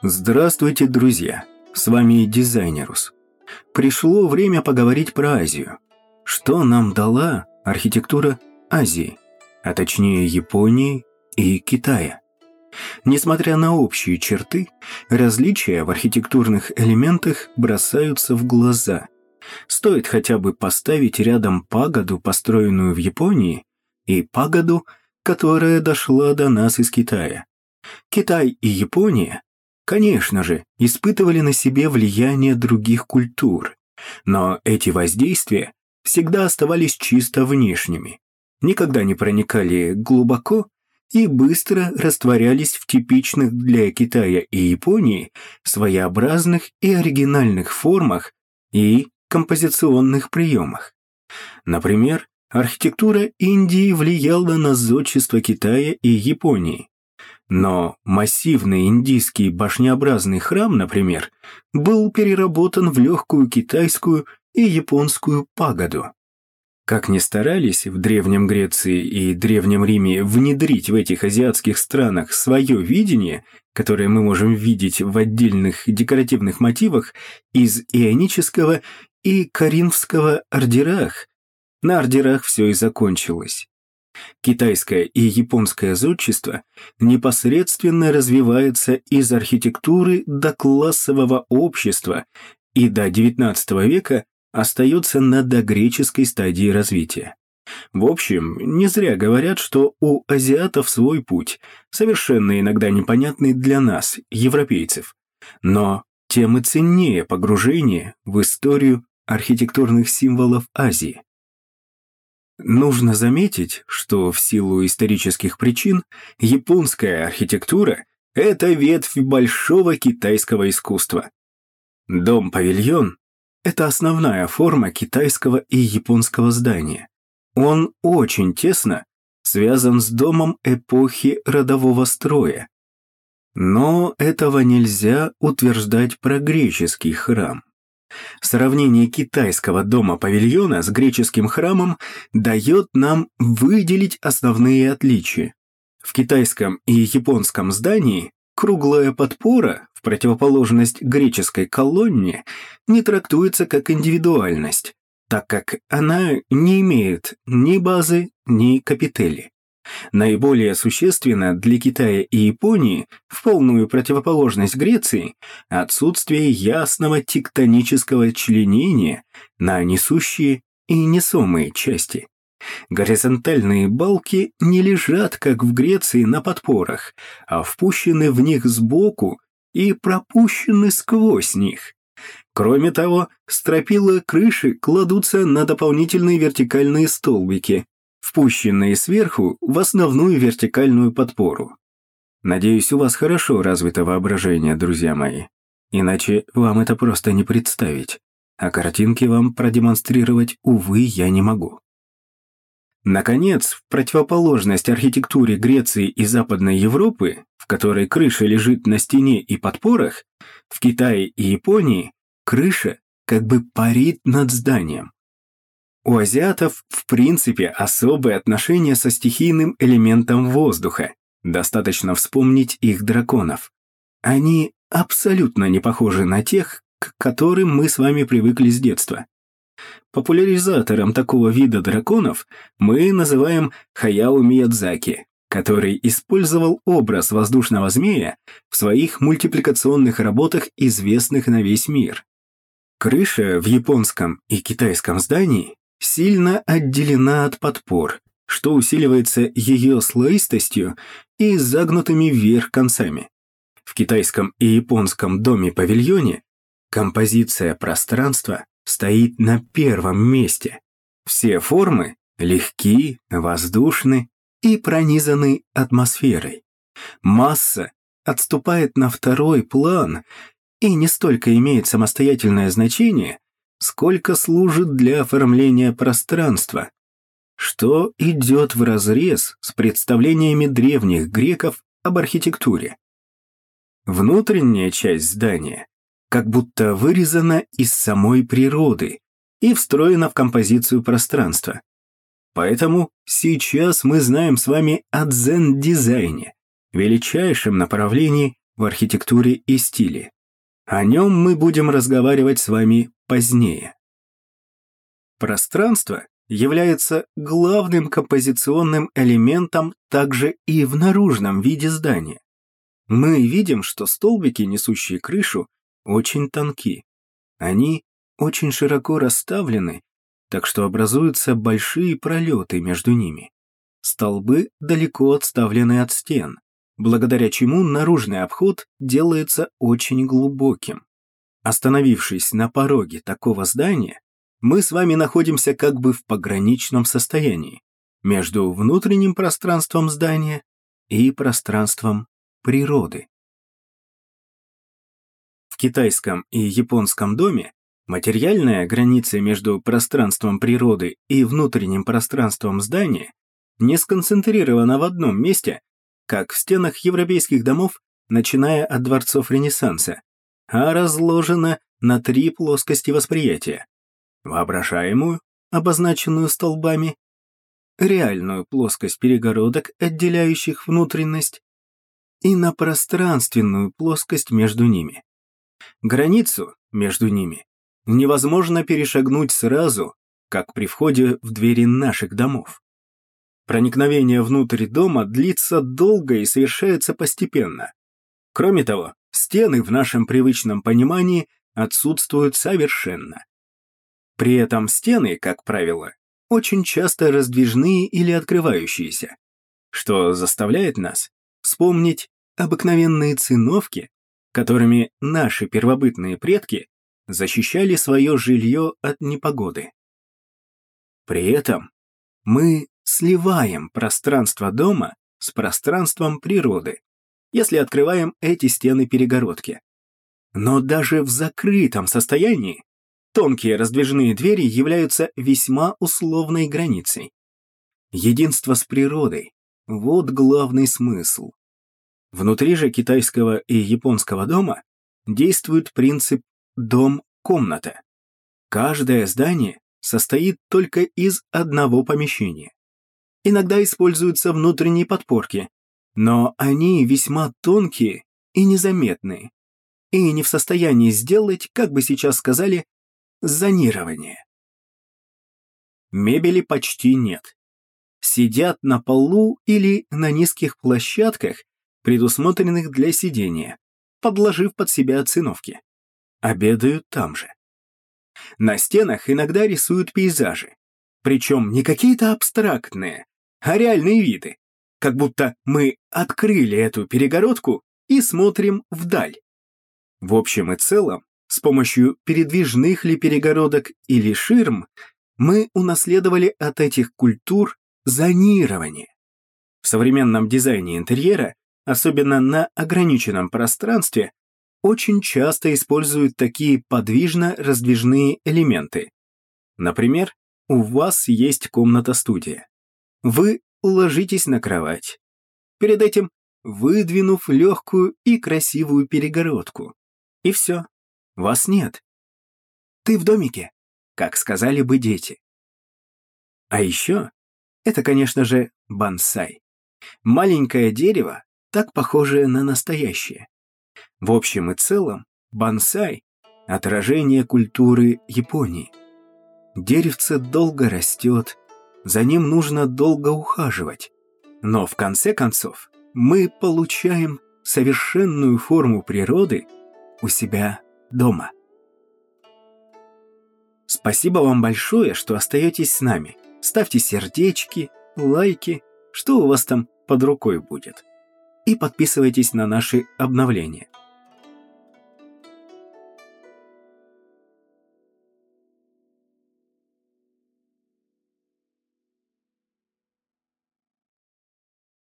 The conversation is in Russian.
Здравствуйте, друзья! С вами Дизайнерус. Пришло время поговорить про Азию. Что нам дала архитектура Азии, а точнее Японии и Китая? Несмотря на общие черты, различия в архитектурных элементах бросаются в глаза. Стоит хотя бы поставить рядом пагоду, построенную в Японии, и пагоду, которая дошла до нас из Китая. Китай и Япония, конечно же, испытывали на себе влияние других культур, но эти воздействия всегда оставались чисто внешними, никогда не проникали глубоко и быстро растворялись в типичных для Китая и Японии своеобразных и оригинальных формах и композиционных приемах. Например, архитектура Индии влияла на зодчество Китая и Японии. Но массивный индийский башнеобразный храм, например, был переработан в легкую китайскую и японскую пагоду. Как ни старались в Древнем Греции и Древнем Риме внедрить в этих азиатских странах свое видение, которое мы можем видеть в отдельных декоративных мотивах из ионического и коринфского ордерах, на ордерах все и закончилось. Китайское и японское зодчество непосредственно развивается из архитектуры до классового общества и до XIX века остается на догреческой стадии развития. В общем, не зря говорят, что у азиатов свой путь, совершенно иногда непонятный для нас, европейцев, но тем и ценнее погружение в историю архитектурных символов Азии. Нужно заметить, что в силу исторических причин японская архитектура – это ветвь большого китайского искусства. Дом-павильон – это основная форма китайского и японского здания. Он очень тесно связан с домом эпохи родового строя. Но этого нельзя утверждать про греческий храм. Сравнение китайского дома-павильона с греческим храмом дает нам выделить основные отличия. В китайском и японском здании круглая подпора, в противоположность греческой колонне, не трактуется как индивидуальность, так как она не имеет ни базы, ни капители. Наиболее существенно для Китая и Японии, в полную противоположность Греции, отсутствие ясного тектонического членения на несущие и несомые части. Горизонтальные балки не лежат, как в Греции, на подпорах, а впущены в них сбоку и пропущены сквозь них. Кроме того, стропила крыши кладутся на дополнительные вертикальные столбики, впущенные сверху в основную вертикальную подпору. Надеюсь, у вас хорошо развито воображение, друзья мои. Иначе вам это просто не представить, а картинки вам продемонстрировать, увы, я не могу. Наконец, в противоположность архитектуре Греции и Западной Европы, в которой крыша лежит на стене и подпорах, в Китае и Японии крыша как бы парит над зданием. У азиатов, в принципе, особое отношение со стихийным элементом воздуха. Достаточно вспомнить их драконов. Они абсолютно не похожи на тех, к которым мы с вами привыкли с детства. Популяризатором такого вида драконов мы называем Хаяо Миядзаки, который использовал образ воздушного змея в своих мультипликационных работах, известных на весь мир. Крыша в японском и китайском здании сильно отделена от подпор, что усиливается ее слоистостью и загнутыми вверх концами. В китайском и японском доме-павильоне композиция пространства стоит на первом месте. Все формы легки, воздушны и пронизаны атмосферой. Масса отступает на второй план и не столько имеет самостоятельное значение, сколько служит для оформления пространства, что идет вразрез с представлениями древних греков об архитектуре. Внутренняя часть здания как будто вырезана из самой природы и встроена в композицию пространства. Поэтому сейчас мы знаем с вами о дзен-дизайне, величайшем направлении в архитектуре и стиле. О нем мы будем разговаривать с вами позднее. Пространство является главным композиционным элементом также и в наружном виде здания. Мы видим, что столбики, несущие крышу, очень тонки. Они очень широко расставлены, так что образуются большие пролеты между ними. Столбы далеко отставлены от стен, благодаря чему наружный обход делается очень глубоким. Остановившись на пороге такого здания, мы с вами находимся как бы в пограничном состоянии между внутренним пространством здания и пространством природы. В китайском и японском доме материальная граница между пространством природы и внутренним пространством здания не сконцентрирована в одном месте, как в стенах европейских домов, начиная от дворцов Ренессанса, а разложена на 3 плоскости восприятия: воображаемую, обозначенную столбами, реальную плоскость перегородок, отделяющих внутренность, и на пространственную плоскость между ними. Границу между ними невозможно перешагнуть сразу, как при входе в двери наших домов. Проникновение внутрь дома длится долго и совершается постепенно. Кроме того, стены в нашем привычном понимании отсутствуют совершенно. При этом стены, как правило, очень часто раздвижные или открывающиеся, что заставляет нас вспомнить обыкновенные циновки, которыми наши первобытные предки защищали свое жилье от непогоды. При этом мы сливаем пространство дома с пространством природы, если открываем эти стены-перегородки. Но даже в закрытом состоянии тонкие раздвижные двери являются весьма условной границей. Единство с природой – вот главный смысл. Внутри же китайского и японского дома действует принцип «дом-комната». Каждое здание состоит только из одного помещения. Иногда используются внутренние подпорки, но они весьма тонкие и незаметные, и не в состоянии сделать, как бы сейчас сказали, зонирование. Мебели почти нет. Сидят на полу или на низких площадках, предусмотренных для сидения, подложив под себя циновки. Обедают там же. На стенах иногда рисуют пейзажи, причем не какие-то абстрактные, а реальные виды, как будто мы открыли эту перегородку и смотрим вдаль. В общем и целом, с помощью передвижных ли перегородок или ширм, мы унаследовали от этих культур зонирование. В современном дизайне интерьера, особенно на ограниченном пространстве, очень часто используют такие подвижно-раздвижные элементы. Например, у вас есть комната-студия. Вы ложитесь на кровать, перед этим выдвинув легкую и красивую перегородку. И все, вас нет. Ты в домике, как сказали бы дети. А еще, это, конечно же, бонсай. Маленькое дерево, так похожее на настоящее. В общем и целом, бонсай – отражение культуры Японии. Деревце долго растет, за ним нужно долго ухаживать. Но в конце концов мы получаем совершенную форму природы у себя дома. Спасибо вам большое, что остаетесь с нами. Ставьте сердечки, лайки, что у вас там под рукой будет. И подписывайтесь на наши обновления.